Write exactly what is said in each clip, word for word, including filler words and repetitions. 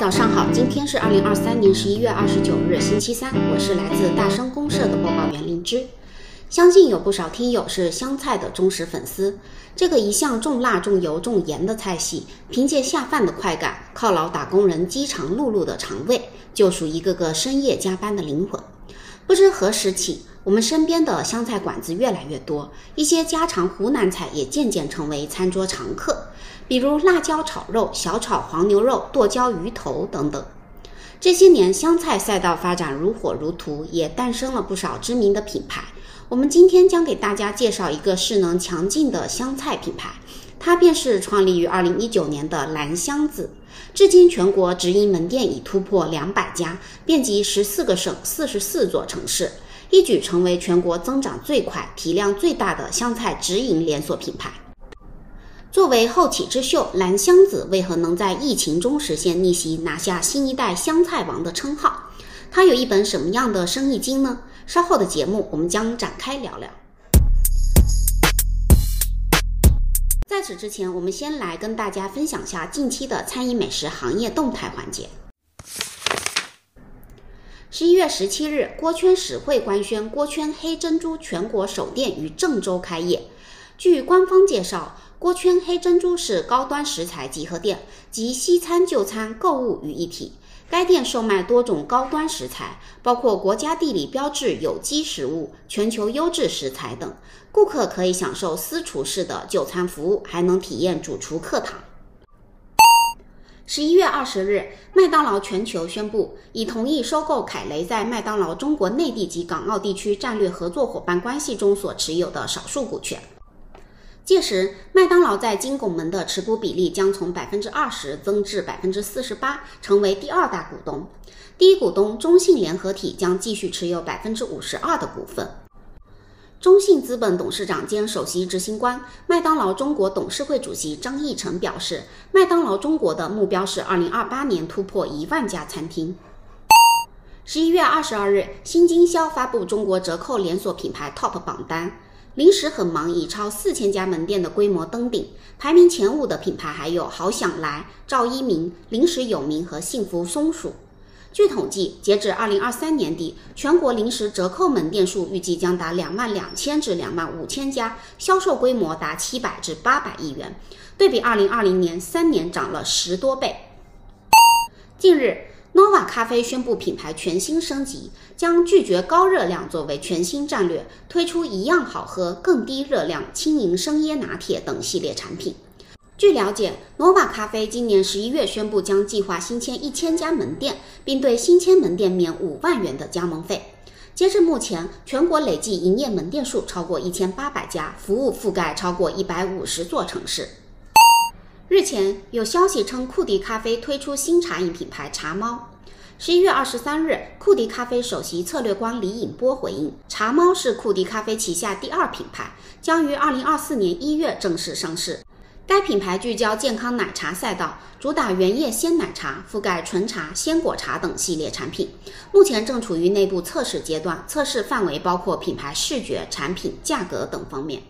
早上好，今天是二零二三年十一月二十九日，星期三，我是来自大生公社的播报员灵芝。相信有不少听友是湘菜的忠实粉丝，这个一向重辣、重油、重盐的菜系，凭借下饭的快感，犒劳打工人饥肠辘辘的肠胃，救赎一个个深夜加班的灵魂。不知何时起，我们身边的湘菜馆子越来越多，一些家常湖南菜也渐渐成为餐桌常客，比如辣椒炒肉、小炒黄牛肉、剁椒鱼头等等。这些年湘菜赛道发展如火如荼，也诞生了不少知名的品牌。我们今天将给大家介绍一个势能强劲的湘菜品牌，它便是创立于二零一九年的蓝湘子。至今全国直营门店已突破两百家，遍及十四个省四十四座城市，一举成为全国增长最快、体量最大的湘菜直营连锁品牌。作为后起之秀，蓝湘子为何能在疫情中实现逆袭，拿下新一代湘菜王的称号？它有一本什么样的生意经呢？稍后的节目我们将展开聊聊。在此之前，我们先来跟大家分享下近期的餐饮美食行业动态环节。十一月十七日，锅圈实惠官宣锅圈黑珍珠全国首店于郑州开业。据官方介绍，锅圈黑珍珠是高端食材集合店，集西餐就餐购物于一体。该店售卖多种高端食材，包括国家地理标志有机食物、全球优质食材等。顾客可以享受私厨式的就餐服务，还能体验主厨课堂。十一月二十日，麦当劳全球宣布已同意收购凯雷在麦当劳中国内地及港澳地区战略合作伙伴关系中所持有的少数股权。届时，麦当劳在金拱门的持股比例将从 百分之二十 增至 百分之四十八， 成为第二大股东。第一股东中信联合体将继续持有 百分之五十二 的股份。中信资本董事长兼首席执行官、麦当劳中国董事会主席张义成表示，麦当劳中国的目标是二零二八年突破一万家餐厅。十一月二十二日，新经销发布中国折扣连锁品牌 Top 榜单。零食很忙以超四千家门店的规模登顶，排名前五的品牌还有好想来、赵一鸣、零食有名和幸福松鼠。据统计，截至二零二三年底，全国零食折扣门店数预计将达两万两千至两万五千家，销售规模达七百至八百亿元，对比二零二零年三年涨了十多倍。近日Nova 咖啡宣布品牌全新升级，将拒绝高热量作为全新战略，推出一样好喝、更低热量轻盈生椰拿铁等系列产品。据了解 ，Nova 咖啡今年十一月宣布将计划新签一千家门店，并对新签门店免五万元的加盟费。截至目前，全国累计营业门店数超过一千八百家，服务覆盖超过一百五十座城市。日前有消息称，库迪咖啡推出新茶饮品牌茶猫。十一月二十三日，库迪咖啡首席策略官李颖波回应，茶猫是库迪咖啡旗下第二品牌，将于二零二四年一月正式上市。该品牌聚焦健康奶茶赛道，主打原叶鲜奶茶，覆盖纯茶、鲜果茶等系列产品，目前正处于内部测试阶段，测试范围包括品牌视觉、产品、价格等方面。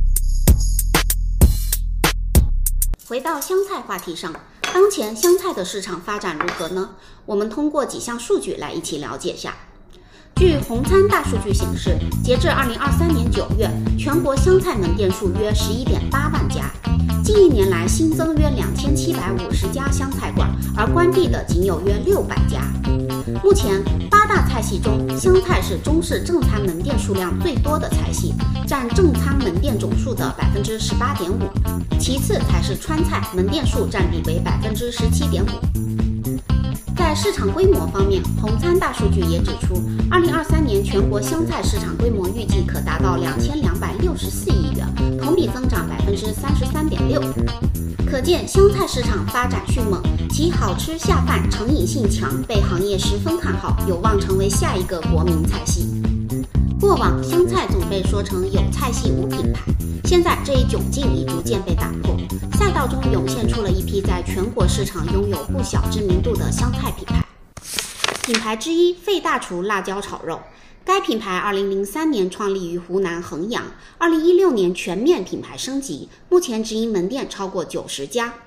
回到湘菜话题上，当前湘菜的市场发展如何呢？我们通过几项数据来一起了解下。据红餐大数据显示，截至二零二三年九月，全国湘菜门店数约 十一点八万家，近一年来新增约两千七百五十家湘菜馆，而关闭的仅有约六百家。目前八大菜系中，湘菜是中式正餐门店数量最多的菜系，占正餐门店总数的 百分之十八点五， 其次才是川菜，门店数占比为 百分之十七点五。在市场规模方面，红餐大数据也指出，二零二三年全国湘菜市场规模预计可达到两千两百六十四亿元，同比增长 百分之三十三点六。可见湘菜市场发展迅猛，其好吃下饭、成瘾性强，被行业十分看好，有望成为下一个国民菜系。过往湘菜总被说成有菜系无品牌，现在这一窘境已逐渐被打破，赛道中涌现出了一批在全国市场拥有不小知名度的湘菜品牌。品牌之一费大厨辣椒炒肉，该品牌二零零三年创立于湖南衡阳，二零一六年全面品牌升级，目前直营门店超过九十家。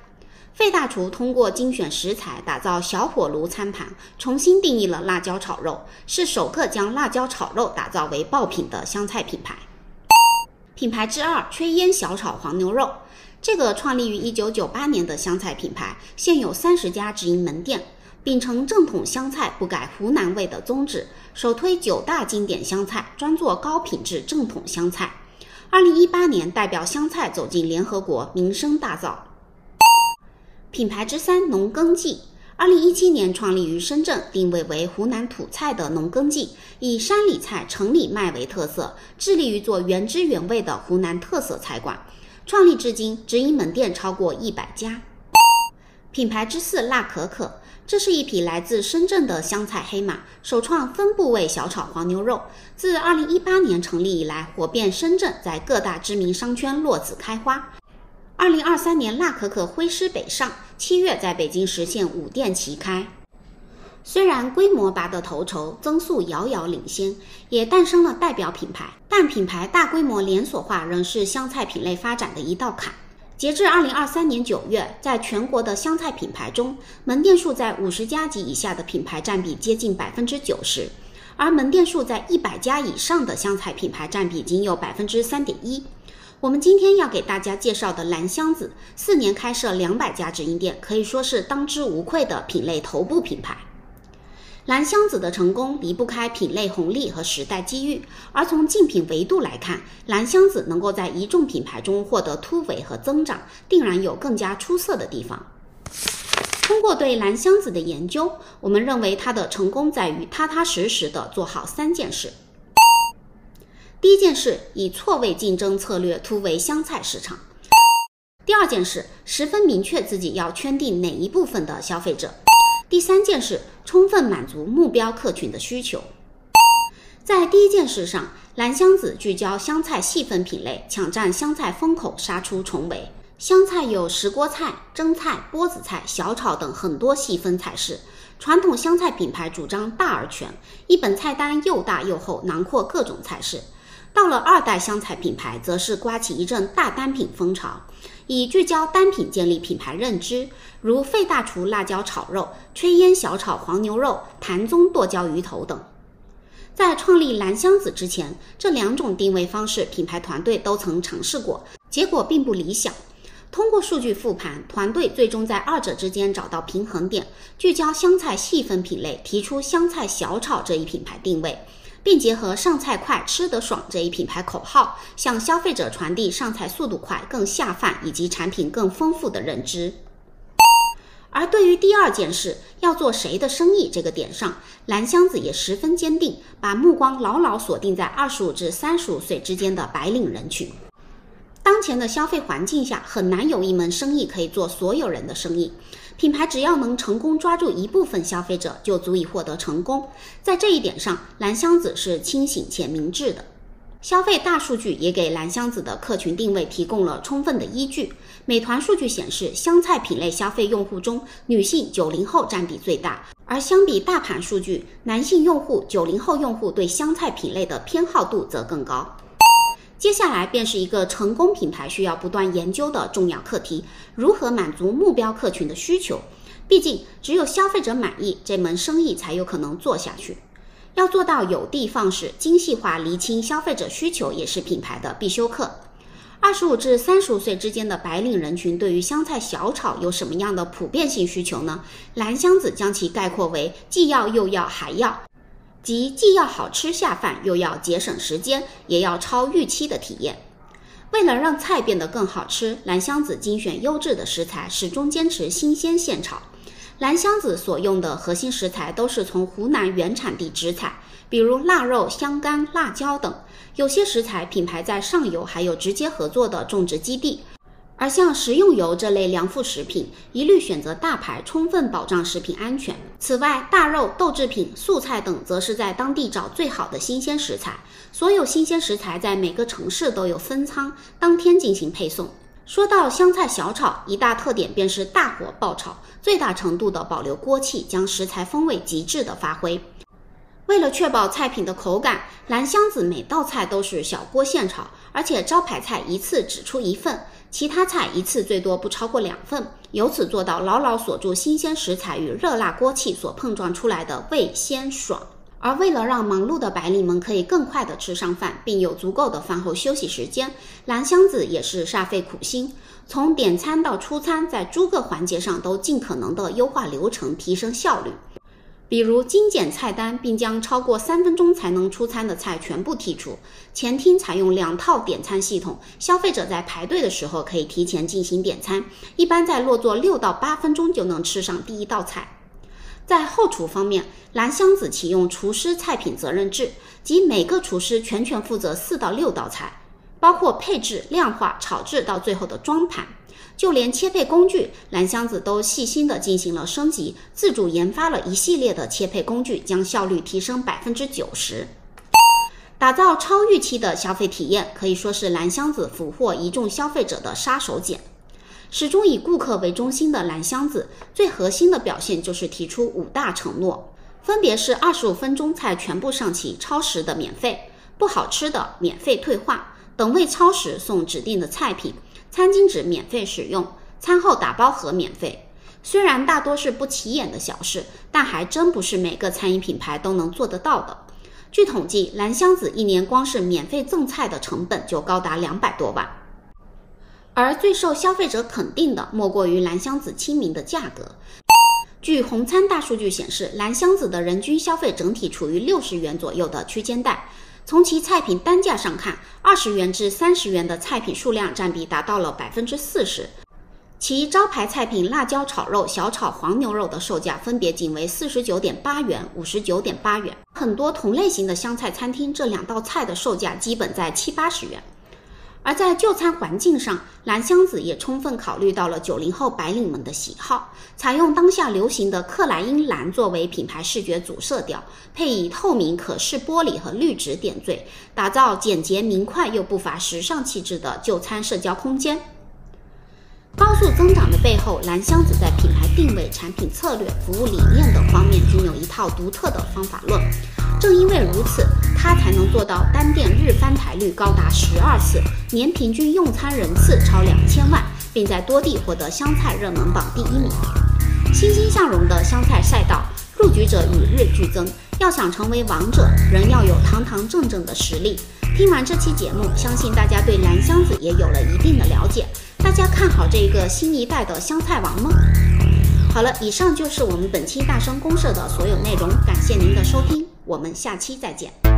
费大厨通过精选食材，打造小火炉餐盘，重新定义了辣椒炒肉，是首个将辣椒炒肉打造为爆品的湘菜品牌。品牌之二，炊烟小炒黄牛肉。这个创立于一九九八年的湘菜品牌，现有三十家直营门店，秉承正统湘菜不改湖南味的宗旨，首推九大经典湘菜，专做高品质正统湘菜。二零一八年代表湘菜走进联合国，名声大噪。品牌之三，农耕记。二零一七年创立于深圳，定位为湖南土菜的农耕记，以山里菜、城里卖为特色，致力于做原汁原味的湖南特色菜馆。创立至今，直营门店超过一百家。品牌之四，辣可可。这是一匹来自深圳的湘菜黑马，首创分部位小炒黄牛肉。自二零一八年成立以来，火遍深圳，在各大知名商圈落子开花。二零二三年，辣可可挥师北上，七月在北京实现五店齐开。虽然规模拔得头筹，增速遥遥领先，也诞生了代表品牌，但品牌大规模连锁化仍是湘菜品类发展的一道坎。截至二零二三年九月，在全国的湘菜品牌中，门店数在五十家及以下的品牌占比接近 百分之九十， 而门店数在一百家以上的湘菜品牌占比仅有 百分之三点一。我们今天要给大家介绍的蓝箱子，四年开设两百家直营店，可以说是当之无愧的品类头部品牌。蓝箱子的成功离不开品类红利和时代机遇，而从竞品维度来看，蓝箱子能够在一众品牌中获得突围和增长，定然有更加出色的地方。通过对蓝箱子的研究，我们认为它的成功在于踏踏实实地做好三件事。第一件事，以错位竞争策略突围湘菜市场。第二件事，十分明确自己要圈定哪一部分的消费者。第三件事，充分满足目标客群的需求。在第一件事上，蓝箱子聚焦湘菜细分品类，抢占湘菜风口，杀出重围。湘菜有石锅菜、蒸菜、钵子菜、小炒等很多细分菜式。传统湘菜品牌主张大而全，一本菜单又大又厚，囊括各种菜式。到了二代湘菜品牌，则是刮起一阵大单品风潮，以聚焦单品建立品牌认知，如费大厨辣椒炒肉、炊烟小炒黄牛肉、谭宗剁椒鱼头等。在创立蓝箱子之前，这两种定位方式品牌团队都曾尝试过，结果并不理想。通过数据复盘，团队最终在二者之间找到平衡点，聚焦湘菜细分品类，提出湘菜小炒这一品牌定位，并结合上菜快吃得爽这一品牌口号，向消费者传递上菜速度快、更下饭以及产品更丰富的认知。而对于第二件事，要做谁的生意这个点上，蓝箱子也十分坚定，把目光牢牢锁定在二十五至三十五岁之间的白领人群。当前的消费环境下，很难有一门生意可以做所有人的生意。品牌只要能成功抓住一部分消费者，就足以获得成功。在这一点上，蓝箱子是清醒且明智的。消费大数据也给蓝箱子的客群定位提供了充分的依据。美团数据显示，湘菜品类消费用户中，女性九零后占比最大，而相比大盘数据，男性用户九零后用户对湘菜品类的偏好度则更高。接下来便是一个成功品牌需要不断研究的重要课题，如何满足目标客群的需求。毕竟只有消费者满意，这门生意才有可能做下去。要做到有的放矢，精细化厘清消费者需求也是品牌的必修课。二十五至三十五岁之间的白领人群对于湘菜小炒有什么样的普遍性需求呢？蓝箱子将其概括为既要又要还要，即既要好吃下饭，又要节省时间，也要超预期的体验。为了让菜变得更好吃，蓝箱子精选优质的食材，始终坚持新鲜现炒。蓝箱子所用的核心食材都是从湖南原产地直采，比如腊肉、香干、辣椒等。有些食材品牌在上游还有直接合作的种植基地。而像食用油这类粮副食品，一律选择大牌，充分保障食品安全。此外，大肉、豆制品、素菜等则是在当地找最好的新鲜食材。所有新鲜食材在每个城市都有分仓，当天进行配送。说到湘菜小炒，一大特点便是大火爆炒，最大程度的保留锅气，将食材风味极致的发挥。为了确保菜品的口感，蓝箱子每道菜都是小锅现炒，而且招牌菜一次只出一份，其他菜一次最多不超过两份， 由此做到牢牢锁住新鲜食材与热辣锅气所碰撞出来的味鲜爽。而为了让忙碌的白领们可以更快地吃上饭，并有足够的饭后休息时间，蓝箱子也是煞费苦心，从点餐到出餐，在诸个环节上都尽可能地优化流程，提升效率。比如精简菜单，并将超过三分钟才能出餐的菜全部剔除。前厅采用两套点餐系统，消费者在排队的时候可以提前进行点餐，一般在落座六到八分钟就能吃上第一道菜。在后厨方面，蓝箱子启用厨师菜品责任制，即每个厨师全权负责四到六道菜，包括配置、量化、炒制到最后的装盘。就连切配工具，蓝箱子都细心地进行了升级，自主研发了一系列的切配工具，将效率提升 百分之九十。 打造超预期的消费体验，可以说是蓝箱子俘获一众消费者的杀手锏。始终以顾客为中心的蓝箱子，最核心的表现就是提出五大承诺，分别是二十五分钟菜全部上齐，超时的免费，不好吃的免费退换，等位超时送指定的菜品，餐巾纸免费使用，餐后打包盒免费。虽然大多是不起眼的小事，但还真不是每个餐饮品牌都能做得到的。据统计，蓝箱子一年光是免费赠菜的成本就高达两百多万。而最受消费者肯定的，莫过于蓝箱子亲民的价格。据红餐大数据显示，蓝箱子的人均消费整体处于六十元左右的区间带。从其菜品单价上看，二十元至三十元的菜品数量占比达到了 百分之四十。其招牌菜品辣椒炒肉、小炒黄牛肉的售价分别仅为 四十九点八元、五十九点八元。很多同类型的湘菜餐厅，这两道菜的售价基本在七八十元。而在就餐环境上，蓝箱子也充分考虑到了九零后白领们的喜好，采用当下流行的克莱因蓝作为品牌视觉主色调，配以透明可视玻璃和绿植点缀，打造简洁明快又不乏时尚气质的就餐社交空间。高速增长的背后，蓝箱子在品牌定位、产品策略、服务理念等方面均有一套独特的方法论。正因为如此，它才能做到单店日翻台率高达十二次，年平均用餐人次超两千万，并在多地获得湘菜热门榜第一名。欣欣向荣的湘菜赛道，入局者与日俱增，要想成为王者，人要有堂堂正正的实力。听完这期节目，相信大家对蓝箱子也有了一定的了解。大家看好这个新一代的湘菜王吗？好了，以上就是我们本期大声公社的所有内容，感谢您的收听，我们下期再见。